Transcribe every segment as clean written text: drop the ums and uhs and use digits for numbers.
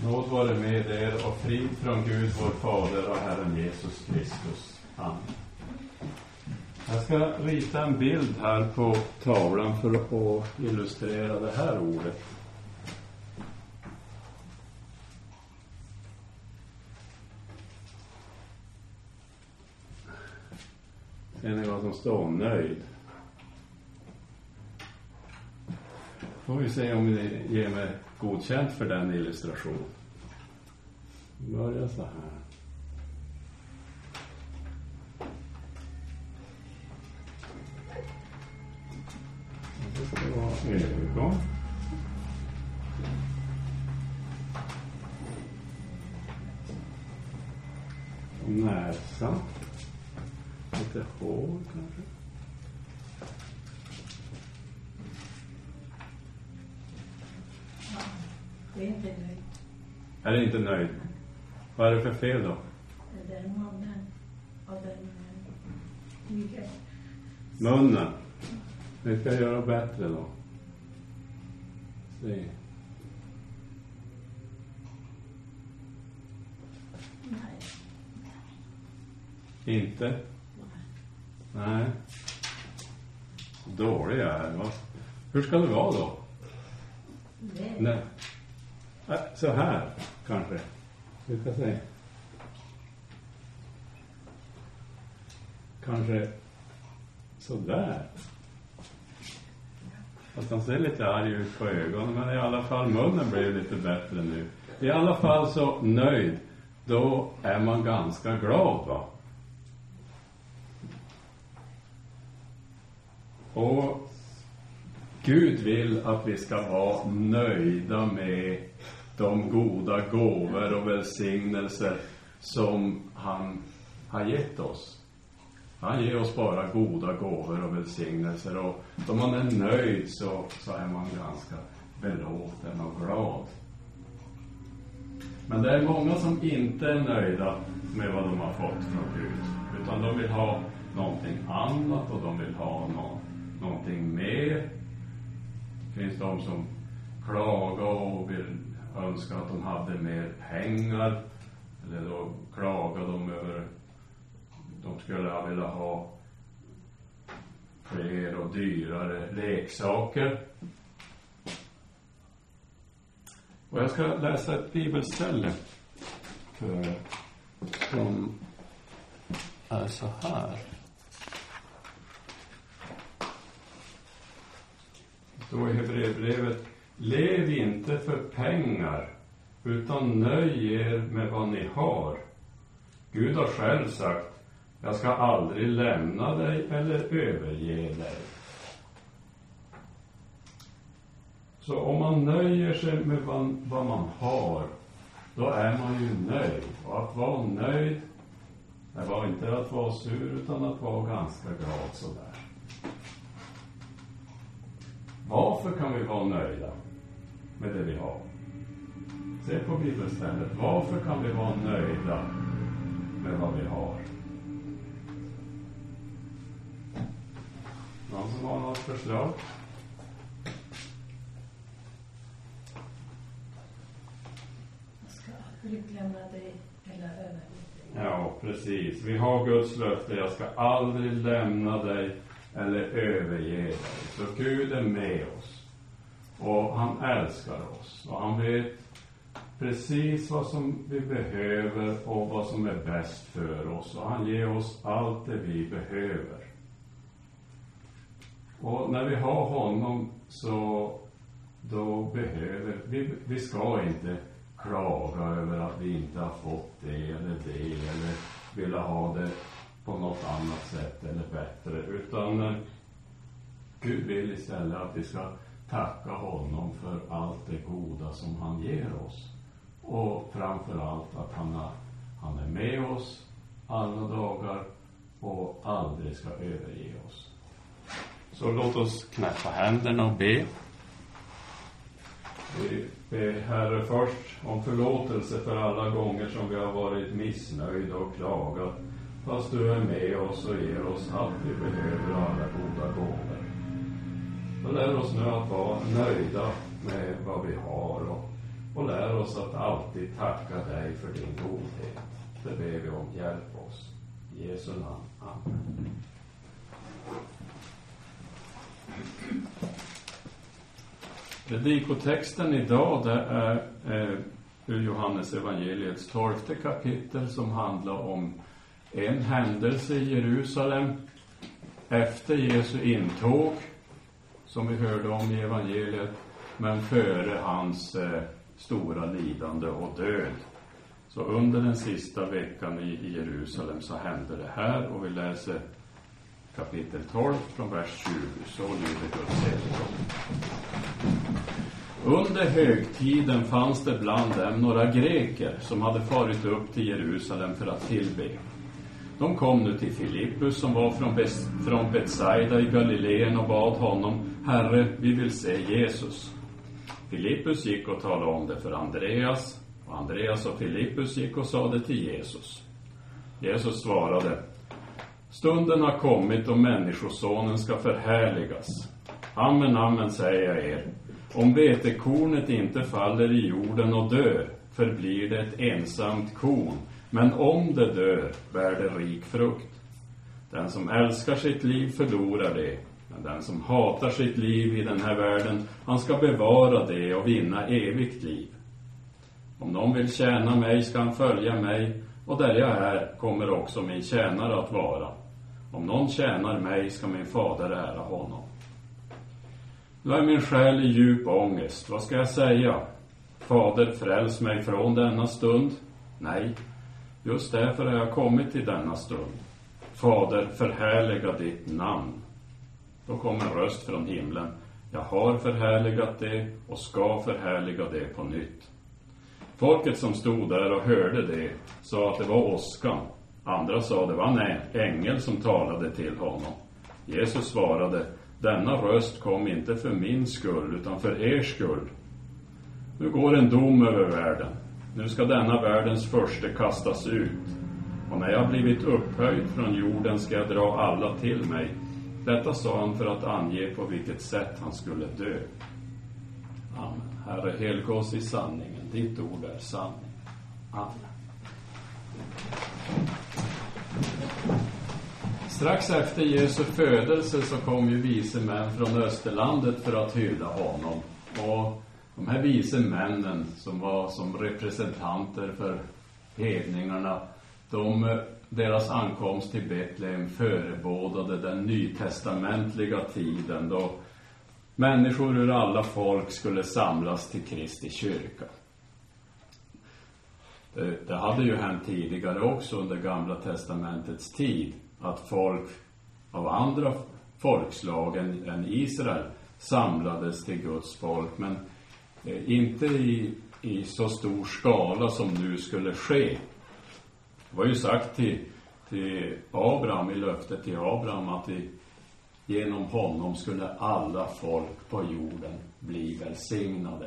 Nåd vare med er och frid från Gud vår Fader och Herren Jesus Kristus. Amen. Jag ska rita en bild här på tavlan för att illustrera det här ordet. Ser ni vad som står? Nöjd. Får vi se om ni ger mig godkänt för den illustrationen. Börja så här. Det ska vara ögon. Näsa. Lite hår kanske. Det är inte nöjd. Är det inte nöjd? Vad är det för fel då? Det är munnen och den mycket. Munnen. Vi ska göra bättre då. Se. Nej. Inte? Nej. Dålig jag är, va? Hur ska det vara då? Nej. Så här, kanske. Vi ska se. Kanske så där. Fast han ser lite arg ut på ögonen, men i alla fall munnen blir lite bättre nu. I alla fall så nöjd, då är man ganska glad, va? Och Gud vill att vi ska vara nöjda med de goda gåvor och välsignelser som han har gett oss. Han ger oss bara goda gåvor och välsignelser, och om man är nöjd så är man ganska belåten och glad. Men det är många som inte är nöjda med vad de har fått från Gud, utan de vill ha någonting annat och de vill ha någonting mer. Det finns de som klagar och vill önska att de hade mer pengar, eller då klagar de över de skulle vilja ha fler och dyrare leksaker. Och jag ska läsa ett bibelställe som är så här. Det står i Hebreerbrevet: lev inte för pengar, utan nöj er med vad ni har. Gud har själv sagt: jag ska aldrig lämna dig eller överge dig. Så om man nöjer sig med vad man har, då är man ju nöjd. Och att vara nöjd, det var inte att vara sur, utan att vara ganska glad sådär. Varför kan vi vara nöjda med det vi har? Se på bibelstället. Varför kan vi vara nöjda med vad vi har? Någon som har något förslag? Jag ska aldrig lämna dig eller överge dig. Ja, precis. Vi har Guds löfte: jag ska aldrig lämna dig eller överge dig. Så Gud är med oss. Och han älskar oss. Och han vet precis vad som vi behöver och vad som är bäst för oss. Och han ger oss allt det vi behöver. Och när vi har honom så då behöver vi ska inte klaga över att vi inte har fått det eller vilja ha det på något annat sätt eller bättre, utan Gud vill istället att vi ska tacka honom för allt det goda som han ger oss, och framförallt att han är med oss alla dagar och aldrig ska överge oss. Så låt oss knäppa händerna och be. Vi ber Herre först om förlåtelse för alla gånger som vi har varit missnöjda och klagat, fast du är med oss och ger oss allt vi behöver, alla goda gåvor. Och lär oss nu att vara nöjda med vad vi har, och Och lär oss att alltid tacka dig för din godhet. Det ber vi om, hjälp oss. I Jesu namn. Amen. Predikotexten idag, det är ur Johannes evangeliets 12:e kapitel, som handlar om en händelse i Jerusalem efter Jesu intåg, som vi hörde om i evangeliet, men före hans stora lidande och död. Så under den sista veckan i Jerusalem så hände det här, och vi läser kapitel 12 från vers 20. Så lyder Guds heliga ord. Under högtiden fanns det bland dem några greker som hade farit upp till Jerusalem för att tillbe. De kom nu till Filippus, som var från Betsaida i Galileen, och bad honom: Herre, vi vill se Jesus. Filippus gick och talade om det för Andreas, och Andreas och Filippus gick och sa det till Jesus. Jesus svarade: Stunden har kommit och människosonen ska förhärligas. Amen, amen, säger jag er. Om vetekornet inte faller i jorden och dör, förblir det ett ensamt korn. Men om det dör, bär det rik frukt. Den som älskar sitt liv förlorar det. Men den som hatar sitt liv i den här världen, han ska bevara det och vinna evigt liv. Om någon vill tjäna mig ska han följa mig, och där jag är kommer också min tjänare att vara. Om någon tjänar mig ska min fader ära honom. Nu är min själ i djup ångest. Vad ska jag säga? Fader, fräls mig från denna stund. Nej, just därför har jag kommit till denna stund. Fader, förhärliga ditt namn. Då kom en röst från himlen. Jag har förhärligat det och ska förhärliga det på nytt. Folket som stod där och hörde det sa att det var åskan. Andra sa det var en ängel som talade till honom. Jesus svarade: Denna röst kom inte för min skull utan för er skull. Nu går en dom över världen. Nu ska denna världens förste kastas ut. Och när jag blivit upphöjd från jorden ska jag dra alla till mig. Detta sa han för att ange på vilket sätt han skulle dö. Amen. Herre, helga oss i sanningen. Ditt ord är sanning. Amen. Strax efter Jesu födelse så kom ju vise män från Österlandet för att hylla honom. Och de här vise männen som var som representanter för hedningarna, deras ankomst till Betlehem förebådade den nytestamentliga tiden då människor ur alla folk skulle samlas till Kristi kyrka. Det hade ju hänt tidigare också under Gamla testamentets tid att folk av andra folkslag än Israel samlades till Guds folk, men inte i så stor skala som nu skulle ske. Det var ju sagt till Abraham, i löftet till Abraham, att genom honom skulle alla folk på jorden bli välsignade.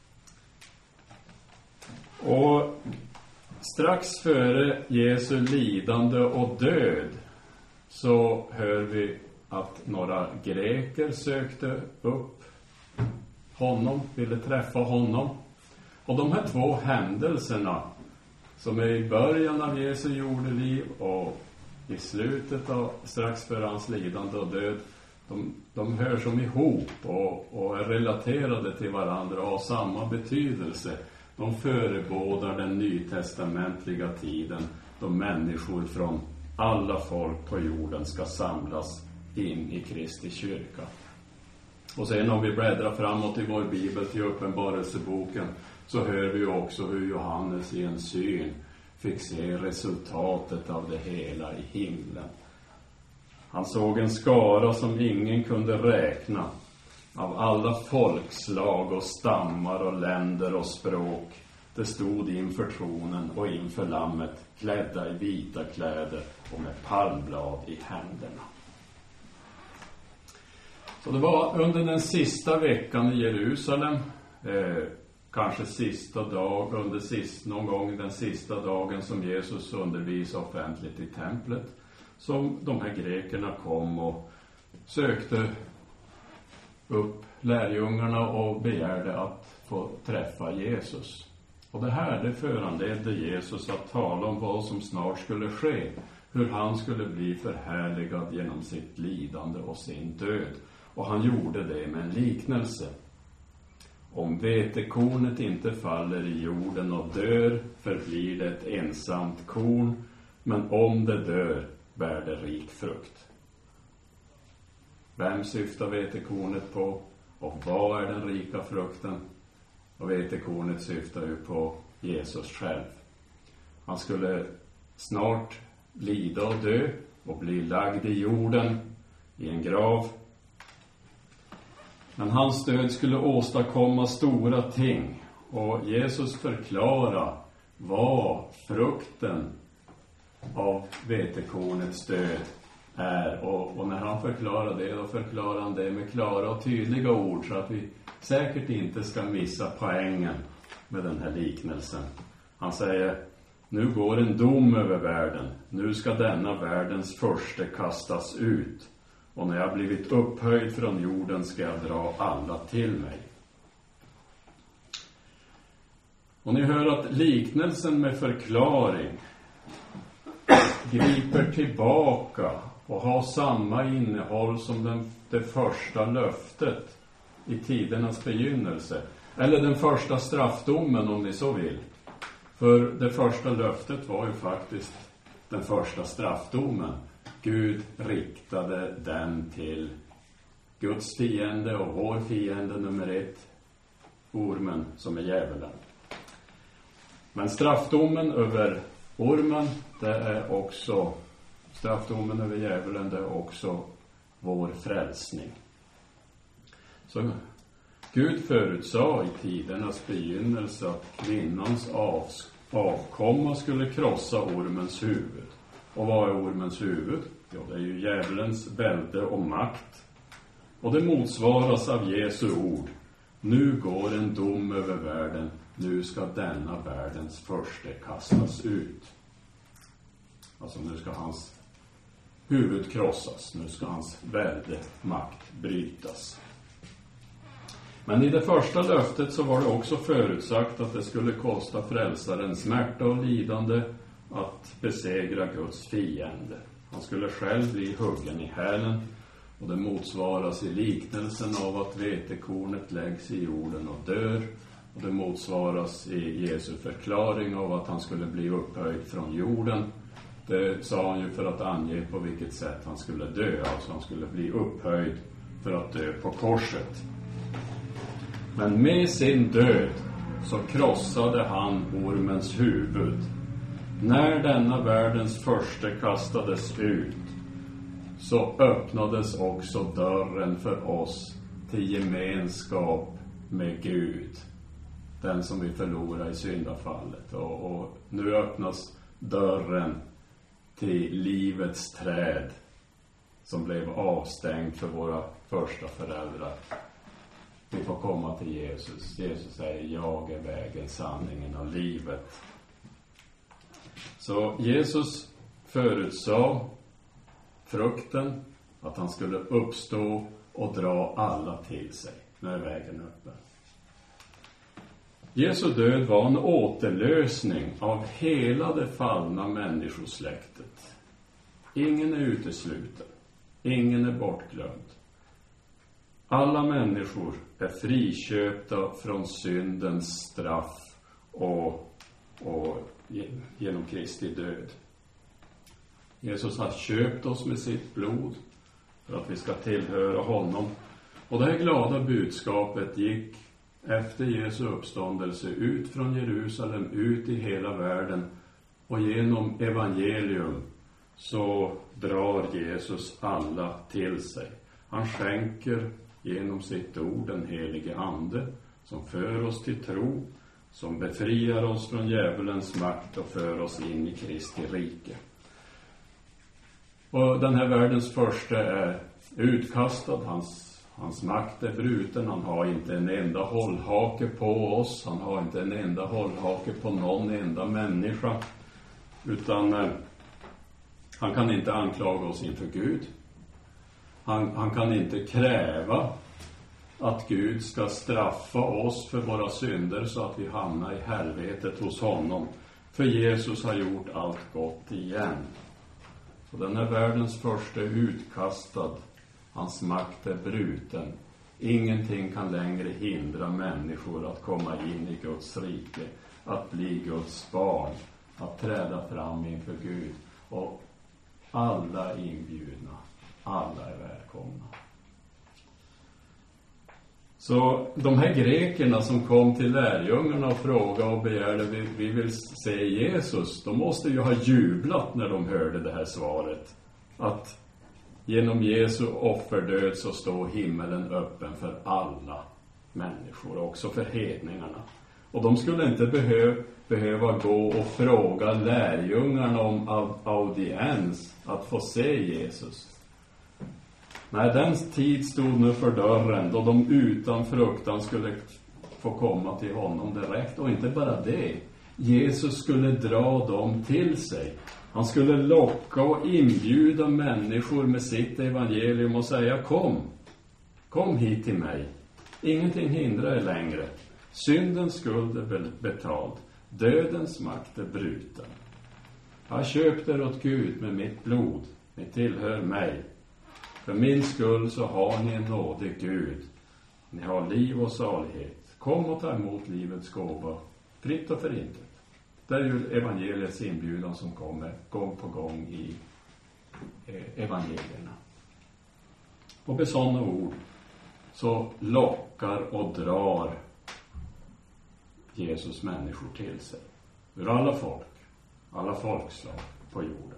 Och strax före Jesu lidande och död så hör vi att några greker sökte upp honom, ville träffa honom. Och de här två händelserna som är i början av Jesu jordeliv och i slutet av strax före hans lidande och död, de hör som ihop och är relaterade till varandra och har samma betydelse. De förebådar den nytestamentliga tiden då människor från alla folk på jorden ska samlas in i Kristi kyrka. Och sen om vi bläddrar framåt i vår bibel till Uppenbarelseboken så hör vi också hur Johannes i en syn fick se resultatet av det hela i himlen. Han såg en skara som ingen kunde räkna, av alla folkslag och stammar och länder och språk. Det stod inför tronen och inför lammet, klädda i vita kläder och med palmblad i händerna. Så det var under den sista veckan i Jerusalem, kanske sista dag, någon gång den sista dagen som Jesus undervisade offentligt i templet, som de här grekerna kom och sökte upp lärjungarna och begärde att få träffa Jesus. Och det här, det föranledde Jesus att tala om vad som snart skulle ske. Hur han skulle bli förhärligad genom sitt lidande och sin död. Och han gjorde det med en liknelse. Om vetekornet inte faller i jorden och dör, förblir det ett ensamt korn. Men om det dör, bär det rik frukt. Vem syftar vetekornet på? Och vad är den rika frukten? Och vetekornet syftar ju på Jesus själv. Han skulle snart lida och dö och bli lagd i jorden i en grav. Men hans död skulle åstadkomma stora ting. Och Jesus förklarar vad frukten av vetekornets död är. Och när han förklarar det, då förklarar han det med klara och tydliga ord, så att vi säkert inte ska missa poängen med den här liknelsen. Han säger: nu går en dom över världen. Nu ska denna världens förste kastas ut. Och när jag blivit upphöjd från jorden ska jag dra alla till mig. Och ni hör att liknelsen med förklaring griper tillbaka och har samma innehåll som det första löftet i tidernas begynnelse. Eller den första straffdomen, om ni så vill. För det första löftet var ju faktiskt den första straffdomen. Gud riktade den till Guds fiende och vår fiende nummer 1, ormen, som är djävulen. Men straffdomen över ormen, det är också, straffdomen över djävulen, det är också vår frälsning. Så Gud förutsade i tidernas begynnelse att kvinnans avkomma skulle krossa ormens huvud. Och vad är ormens huvud? Ja, det är ju djävulens välde och makt. Och det motsvaras av Jesu ord: nu går en dom över världen. Nu ska denna världens förste kastas ut. Alltså nu ska hans huvud krossas. Nu ska hans välde makt brytas. Men i det första löftet så var det också förutsagt att det skulle kosta frälsaren smärta och lidande att besegra Guds fiende. Han skulle själv bli huggen i hälen, och det motsvaras i liknelsen av att vetekornet läggs i jorden och dör. Och det motsvaras i Jesu förklaring av att han skulle bli upphöjd från jorden. Det sa han ju för att ange på vilket sätt han skulle dö. Alltså han skulle bli upphöjd för att dö på korset. Men med sin död så krossade han ormens huvud. När denna världens första kastades ut så öppnades också dörren för oss till gemenskap med Gud. Den som vi förlorar i syndafallet. Och nu öppnas dörren till livets träd som blev avstängt för våra första föräldrar. Vi får komma till Jesus. Jesus säger: jag är vägen, sanningen och livet. Så Jesus förutsade frukten, att han skulle uppstå och dra alla till sig. Nu är vägen öppen. Jesu död var en återlösning av hela det fallna människosläktet. Ingen är utesluten. Ingen är bortglömd. Alla människor är friköpta från syndens straff och genom Kristi död. Jesus har köpt oss med sitt blod för att vi ska tillhöra honom. Och det här glada budskapet gick efter Jesu uppståndelse ut från Jerusalem, ut i hela världen. Och genom evangelium så drar Jesus alla till sig. Han skänker genom sitt ord den helige ande som för oss till tro, som befriar oss från djävulens makt och för oss in i Kristi rike. Och den här världens första är utkastad, hans makt är bruten, han har inte en enda hållhake på oss, han har inte en enda hållhake på någon enda människa, utan han kan inte anklaga oss inför Gud. Han kan inte kräva att Gud ska straffa oss för våra synder så att vi hamnar i helvetet hos honom. För Jesus har gjort allt gott igen. Så den här världens första är utkastad. Hans makt är bruten. Ingenting kan längre hindra människor att komma in i Guds rike. Att bli Guds barn. Att träda fram inför Gud. Och alla är inbjudna. Alla är välkomna. Så de här grekerna som kom till lärjungarna och frågade och begärde vi vill se Jesus. De måste ju ha jublat när de hörde det här svaret. Att genom Jesu offerdöd så står himmelen öppen för alla människor. Också för hedningarna. Och de skulle inte behöva gå och fråga lärjungarna om audiens att få se Jesus. Nej, den tid stod nu för dörren då de utan fruktan skulle få komma till honom direkt. Och inte bara det. Jesus skulle dra dem till sig. Han skulle locka och inbjuda människor med sitt evangelium och säga kom hit till mig. Ingenting hindrar er längre. Syndens skuld är betald. Dödens makt är bruten. Jag köpte er åt Gud med mitt blod. Ni tillhör mig. För min skull så har ni en nådig Gud. Ni har liv och salighet. Kom och ta emot livets gåva. Fritt och förintet. Det är ju evangeliets inbjudan som kommer gång på gång i evangelierna. Och med sådana ord så lockar och drar Jesus människor till sig. Ur alla folk. Alla folkslag på jorden.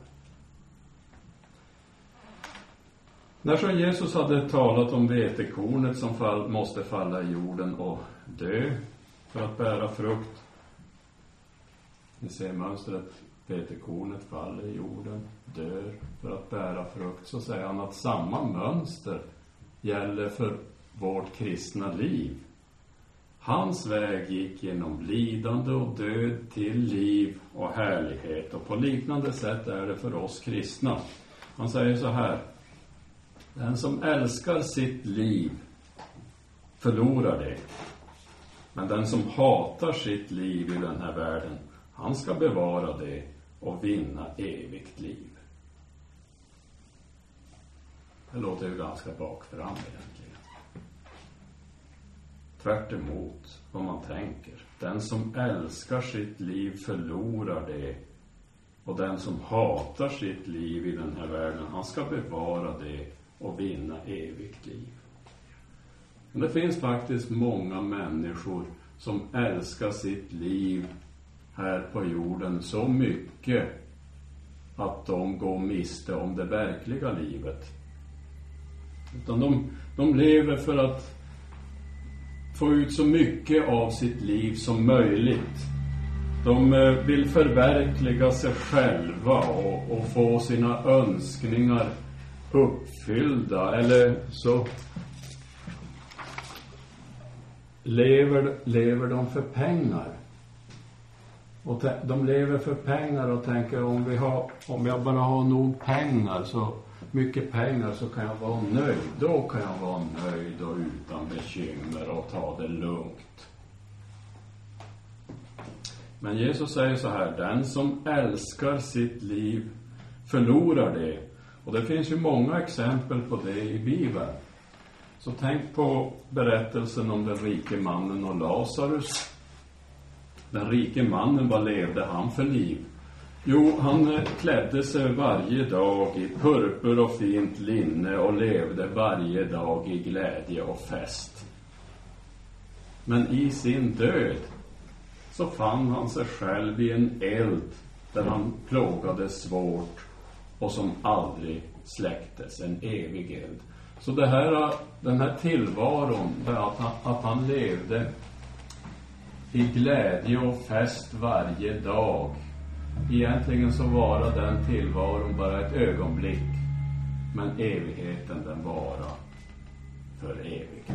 När så Jesus hade talat om vetekornet som måste falla i jorden och dö för att bära frukt. Ni ser mönstret. Vetekornet faller i jorden, dör för att bära frukt. Så säger han att samma mönster gäller för vårt kristna liv. Hans väg gick genom lidande och död till liv och härlighet. Och på liknande sätt är det för oss kristna. Han säger så här. Den som älskar sitt liv förlorar det. Men den som hatar sitt liv i den här världen, han ska bevara det och vinna evigt liv. Det låter ju ganska bakfram egentligen. Tvärt emot vad man tänker. Den som älskar sitt liv förlorar det. Och den som hatar sitt liv i den här världen, han ska bevara det och vinna evigt liv. Men det finns faktiskt många människor som älskar sitt liv här på jorden så mycket att de går miste om det verkliga livet. Utan de lever för att få ut så mycket av sitt liv som möjligt. De vill förverkliga sig själva och få sina önskningar uppfyllda. Eller så lever de för pengar. Och de lever för pengar och tänker om jag bara har nog pengar, så mycket pengar, så kan jag vara nöjd. Då kan jag vara nöjd och utan bekymmer och ta det lugnt. Men Jesus säger så här: den som älskar sitt liv förlorar det. Och det finns ju många exempel på det i Bibeln. Så tänk på berättelsen om den rike mannen och Lazarus. Den rike mannen, vad levde han för liv? Jo, han klädde sig varje dag i purpur och fint linne och levde varje dag i glädje och fest. Men i sin död så fann han sig själv i en eld där han plågades svårt och som aldrig släcktes, en evig eld. Så den här tillvaron, att han levde i glädje och fest varje dag. Egentligen så var den tillvaron bara ett ögonblick. Men evigheten, den vara för evigt.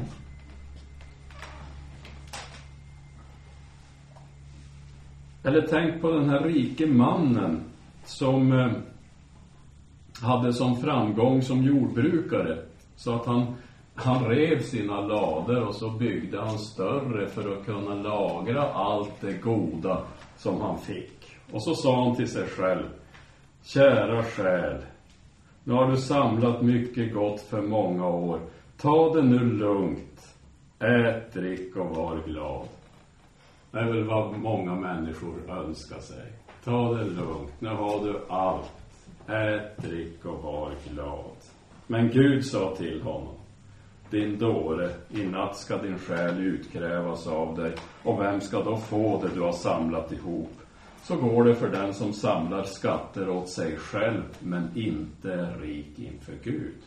Eller tänk på den här rike mannen som hade som framgång som jordbrukare. Så att han han rev sina lador och så byggde han större för att kunna lagra allt det goda som han fick. Och så sa han till sig själv: kära själ, nu har du samlat mycket gott för många år. Ta det nu lugnt. Ät, drick och var glad. Det är väl vad många människor önskar sig. Ta det lugnt. Nu har du allt. Ät, drick och var glad. Men Gud sa till honom: din dåre, i natt ska din själ utkrävas av dig. Och vem ska då få det du har samlat ihop? Så går det för den som samlar skatter åt sig själv, men inte är rik inför Gud.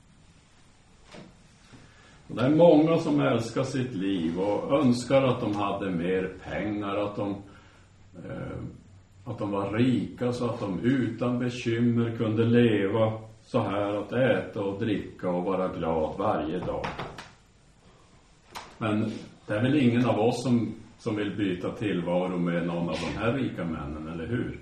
Och det är många som älskar sitt liv och önskar att de hade mer pengar, att de var rika så att de utan bekymmer kunde leva så här, att äta och dricka och vara glad varje dag. Men det är väl ingen av oss som vill byta tillvaro med någon av de här rika männen, eller hur?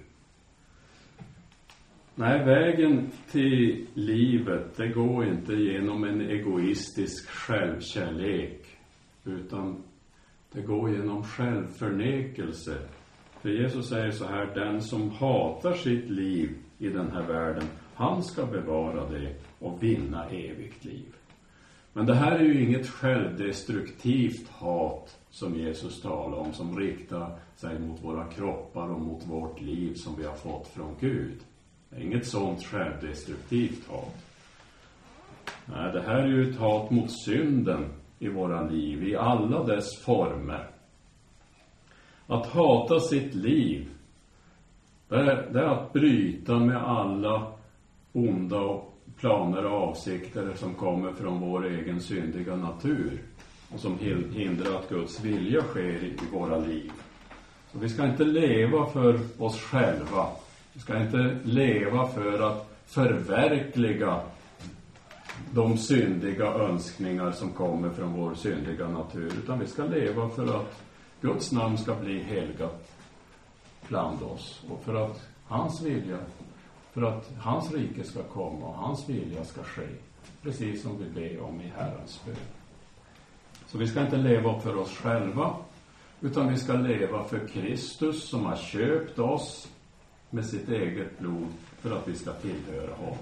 Nej, vägen till livet, det går inte genom en egoistisk självkärlek, utan det går genom självförnekelse. För Jesus säger så här: den som hatar sitt liv i den här världen, han ska bevara det och vinna evigt liv. Men det här är ju inget självdestruktivt hat som Jesus talar om, som riktar sig mot våra kroppar och mot vårt liv som vi har fått från Gud. Det är inget sånt självdestruktivt hat. Nej, det här är ju ett hat mot synden i våra liv, i alla dess former. Att hata sitt liv, det är att bryta med alla onda planer och avsikter som kommer från vår egen syndiga natur och som hindrar att Guds vilja sker i våra liv. Så vi ska inte leva för oss själva. Vi ska inte leva för att förverkliga de syndiga önskningar som kommer från vår syndiga natur, utan vi ska leva för att Guds namn ska bli helgat bland oss och för att hans vilja, för att hans rike ska komma och hans vilja ska ske, precis som vi ber om i Herrens bön. Så vi ska inte leva för oss själva, utan vi ska leva för Kristus som har köpt oss med sitt eget blod för att vi ska tillhöra honom.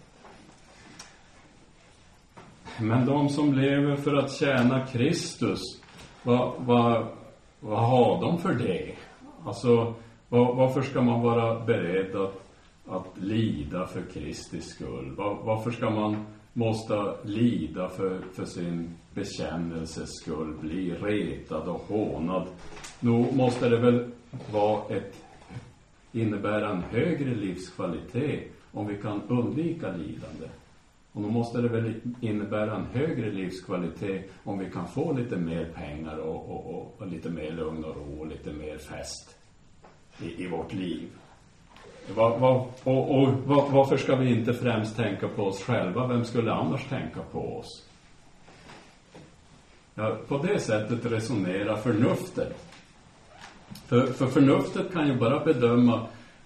Men de som lever för att tjäna Kristus, vad har de för det? Alltså, varför ska man vara beredd att lida för Kristi skull? Varför ska man måste lida för sin bekännelses skull, bli retad och hånad? Nog måste det väl innebära en högre livskvalitet om vi kan undvika lidande. Och då måste det väl innebära en högre livskvalitet om vi kan få lite mer pengar och lite mer lugn och ro och lite mer fest i vårt liv. Varför ska vi inte främst tänka på oss själva? Vem skulle annars tänka på oss? Ja, på det sättet resonerar förnuftet. För förnuftet kan ju bara bedöma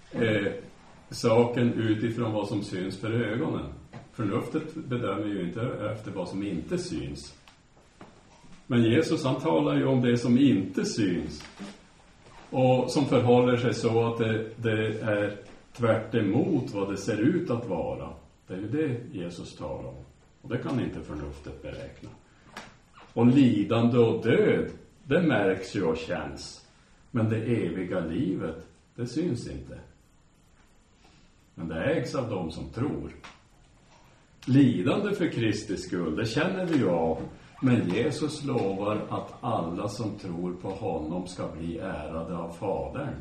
saken utifrån vad som syns för ögonen. Förnuftet bedömer ju inte efter vad som inte syns. Men Jesus, han talar ju om det som inte syns. Och som förhåller sig så att det är tvärt emot vad det ser ut att vara. Det är ju det Jesus talar om. Och det kan inte förnuftet beräkna. Och lidande och död, det märks ju och känns. Men det eviga livet, det syns inte. Men det ägs av dem som tror. Lidande för Kristi skull, det känner vi ju av. Men Jesus lovar att alla som tror på honom ska bli ärade av Fadern.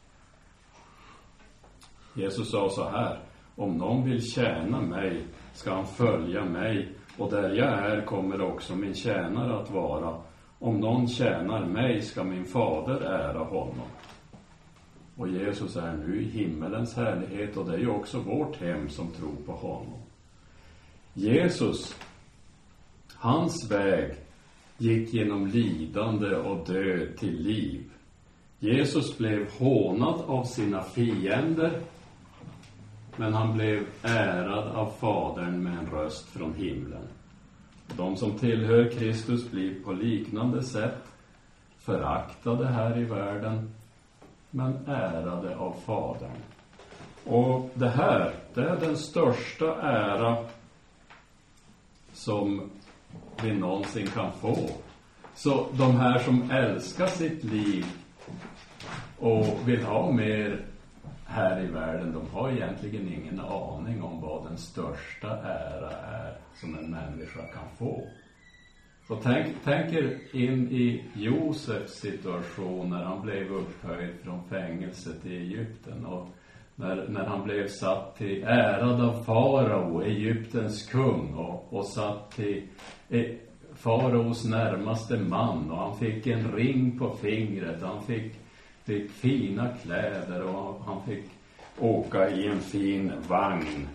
Jesus sa så här: om någon vill tjäna mig ska han följa mig, och där jag är kommer också min tjänare att vara. Om någon tjänar mig ska min fader ära honom. Och Jesus är nu i himmelens härlighet, och det är ju också vårt hem som tror på honom. Jesus, hans väg gick genom lidande och död till liv. Jesus blev hånad av sina fiender, men han blev ärad av Fadern med en röst från himlen. De som tillhör Kristus blir på liknande sätt föraktade här i världen, men ärade av Fadern. Och det här, det är den största ära som vi någonsin kan få. Så de här som älskar sitt liv och vill ha mer här i världen, de har egentligen ingen aning om vad den största ära är som en människa kan få. Så tänk er in i Josefs situation när han blev upphöjd från fängelset i Egypten, och när han blev satt till ärad av farao, Egyptens kung, och satt till faraos närmaste man, och han fick en ring på fingret, han fick fina kläder, och han fick åka i en fin vagn.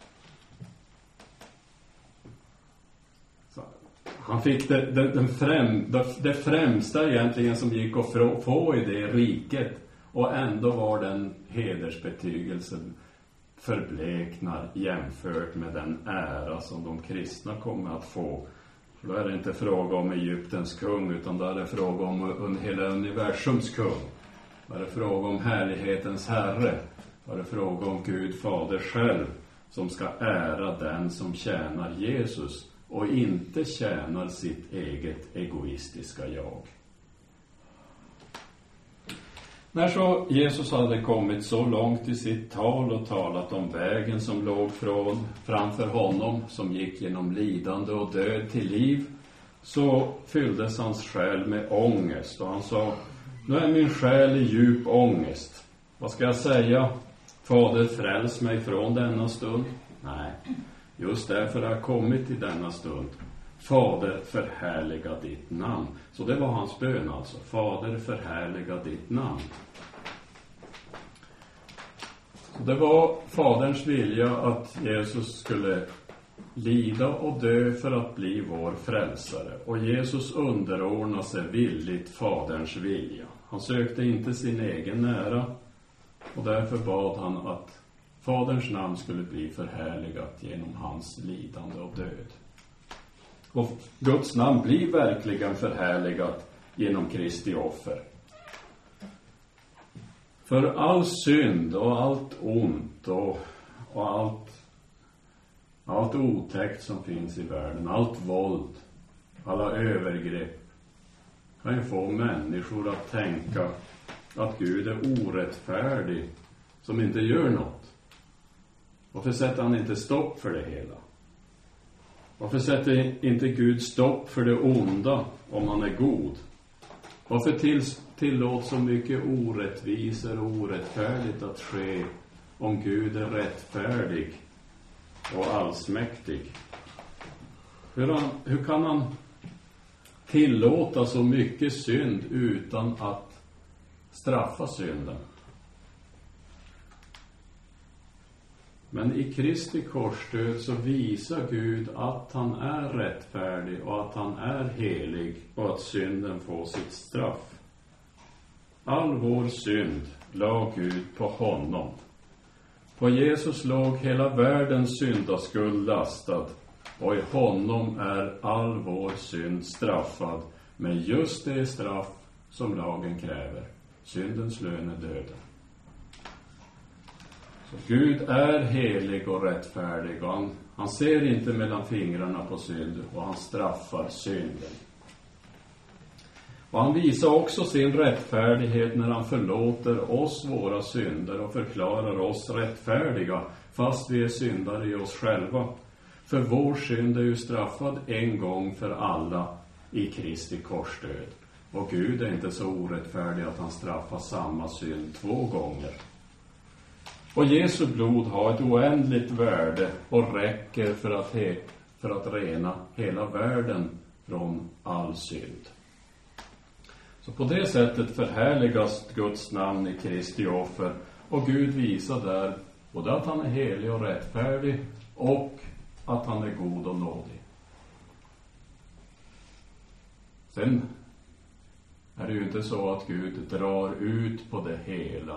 Så han fick det främsta egentligen som gick att få i det riket, och ändå var den hedersbetygelsen förbleknar jämfört med den ära som de kristna kommer att få. För då är det inte fråga om Egyptens kung, utan då är det fråga om hela universums kung. Då är det fråga om härlighetens herre. Då är det fråga om Gud Fader själv, som ska ära den som tjänar Jesus och inte tjänar sitt eget egoistiska jag. När så Jesus hade kommit så långt i sitt tal och talat om vägen som låg framför honom, som gick genom lidande och död till liv, så fylldes hans själ med ångest, och han sa: nu är min själ i djup ångest. Vad ska jag säga? Fader, fräls mig från denna stund? Nej, just därför har jag kommit i denna stund. Fader, förhärliga ditt namn. Så det var hans bön alltså. Fader, förhärliga ditt namn. Så det var Faderns vilja att Jesus skulle lida och dö för att bli vår frälsare. Och Jesus underordnade sig villigt Faderns vilja. Han sökte inte sin egen ära, och därför bad han att Faderns namn skulle bli förhärligat genom hans lidande och död. Och Guds namn blir verkligen förhärligat genom Kristi offer. För all synd och allt ont och allt otäckt som finns i världen, allt våld, alla övergrepp, kan ju få människor att tänka att Gud är orättfärdig som inte gör något. Varför sätter han inte stopp för det hela? Varför sätter inte Gud stopp för det onda om han är god? Varför tillåts så mycket orättvisor och orättfärdigt att ske om Gud är rättfärdig och allsmäktig? Hur kan han tillåta så mycket synd utan att straffa synden? Men i Kristi korsdöd så visar Gud att han är rättfärdig och att han är helig, och att synden får sitt straff. All vår synd la Gud på honom. På Jesus låg hela världens syndaskuld lastad, och i honom är all vår synd straffad med just det straff som lagen kräver. Syndens lön är döden. Så Gud är helig och rättfärdig, och han ser inte mellan fingrarna på synd, och han straffar synden. Och han visar också sin rättfärdighet när han förlåter oss våra synder och förklarar oss rättfärdiga fast vi är syndare i oss själva. För vår synd är ju straffad en gång för alla i Kristi korsdöd. Och Gud är inte så orättfärdig att han straffar samma synd 2 gånger. Och Jesu blod har ett oändligt värde och räcker för att rena hela världen från all synd. Så på det sättet förhärligas Guds namn i Kristi offer, och Gud visar där både att han är helig och rättfärdig och att han är god och nådig. Sen är det ju inte så att Gud drar ut på det hela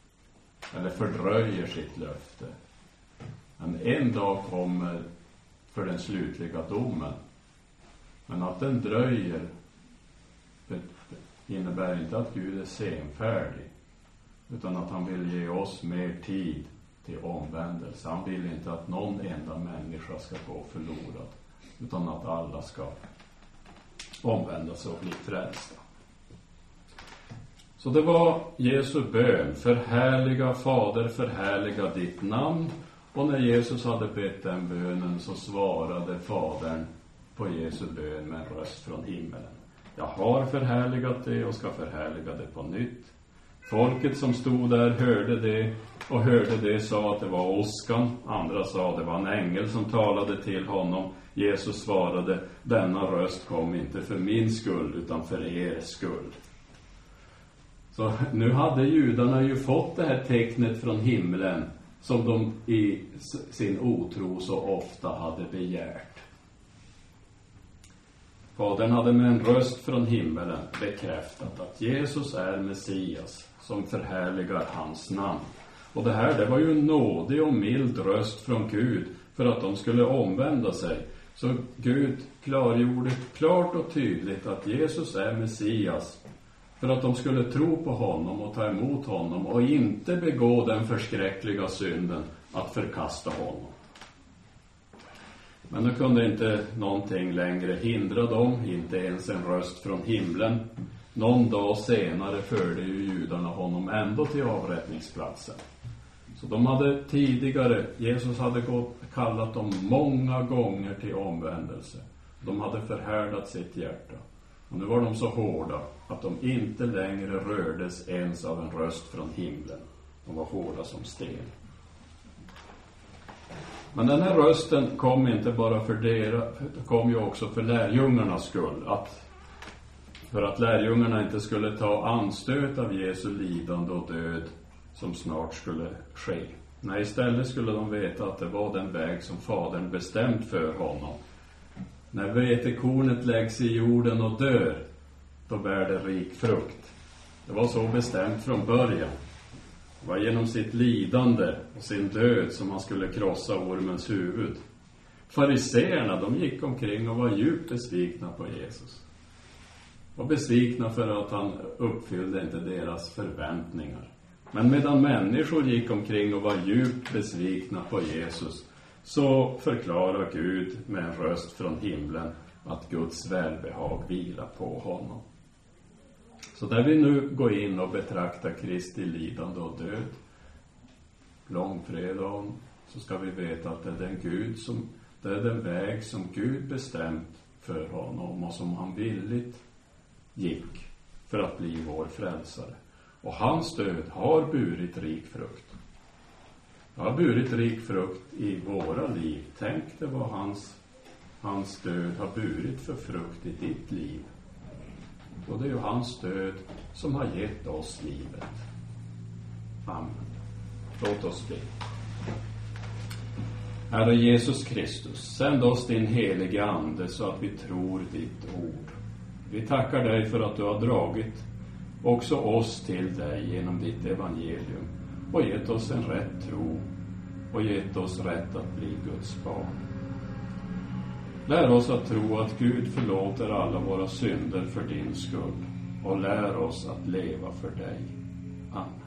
eller fördröjer sitt löfte. Men en dag kommer för den slutliga domen. Men att den dröjer innebär inte att Gud är senfärdig, utan att han vill ge oss mer tid till omvändelse. Han vill inte att någon enda människa ska gå förlorad, utan att alla ska omvända sig och bli frälsta. Så det var Jesu bön: förhärliga Fader, förhärliga ditt namn. Och när Jesus hade bett den bönen så svarade Fadern på Jesu bön med en röst från himmelen: jag har förhärligat det och ska förhärliga det på nytt. Folket som stod där hörde det sa att det var åskan. Andra sa att det var en ängel som talade till honom. Jesus svarade: denna röst kom inte för min skull utan för er skull. Så nu hade judarna ju fått det här tecknet från himlen som de i sin otro så ofta hade begärt. Fadern hade med en röst från himmelen bekräftat att Jesus är Messias som förhärligar hans namn. Och det var ju en nådig och mild röst från Gud för att de skulle omvända sig. Så Gud klargjorde klart och tydligt att Jesus är Messias för att de skulle tro på honom och ta emot honom och inte begå den förskräckliga synden att förkasta honom. Men nu kunde inte någonting längre hindra dem, inte ens en röst från himlen. Någon dag senare förde ju judarna honom ändå till avrättningsplatsen. Så de hade tidigare, Jesus hade kallat dem många gånger till omvändelse. De hade förhärdat sitt hjärta. Och nu var de så hårda att de inte längre rördes ens av en röst från himlen. De var hårda som sten. Men den här rösten kom inte bara kom ju också för lärjungarnas skull. För att lärjungarna inte skulle ta anstöt av Jesu lidande och död som snart skulle ske. Nej, istället skulle de veta att det var den väg som Fadern bestämt för honom. När vetekornet läggs i jorden och dör, då bär det rik frukt. Det var så bestämt från början. Det var genom sitt lidande och sin död som han skulle krossa ormens huvud. Fariseerna, de gick omkring och var djupt besvikna på Jesus. Och besvikna för att han uppfyllde inte deras förväntningar. Men medan människor gick omkring och var djupt besvikna på Jesus, så förklarar Gud med en röst från himlen att Guds välbehag vilar på honom. Så där vi nu går in och betraktar Kristi lidande och död, långfredagen, så ska vi veta att det är den väg som Gud bestämt för honom och som han villigt gick för att bli vår frälsare. Och hans död har burit rik frukt. Det har burit rik frukt i våra liv. Tänk det vad hans död har burit för frukt i ditt liv. Och det är ju hans död som har gett oss livet. Amen. Låt oss be. Herre Jesus Kristus, sänd oss din helige ande så att vi tror ditt ord. Vi tackar dig för att du har dragit också oss till dig genom ditt evangelium och gett oss en rätt tro och gett oss rätt att bli Guds barn. Lär oss att tro att Gud förlåter alla våra synder för din skull och lär oss att leva för dig. Amen.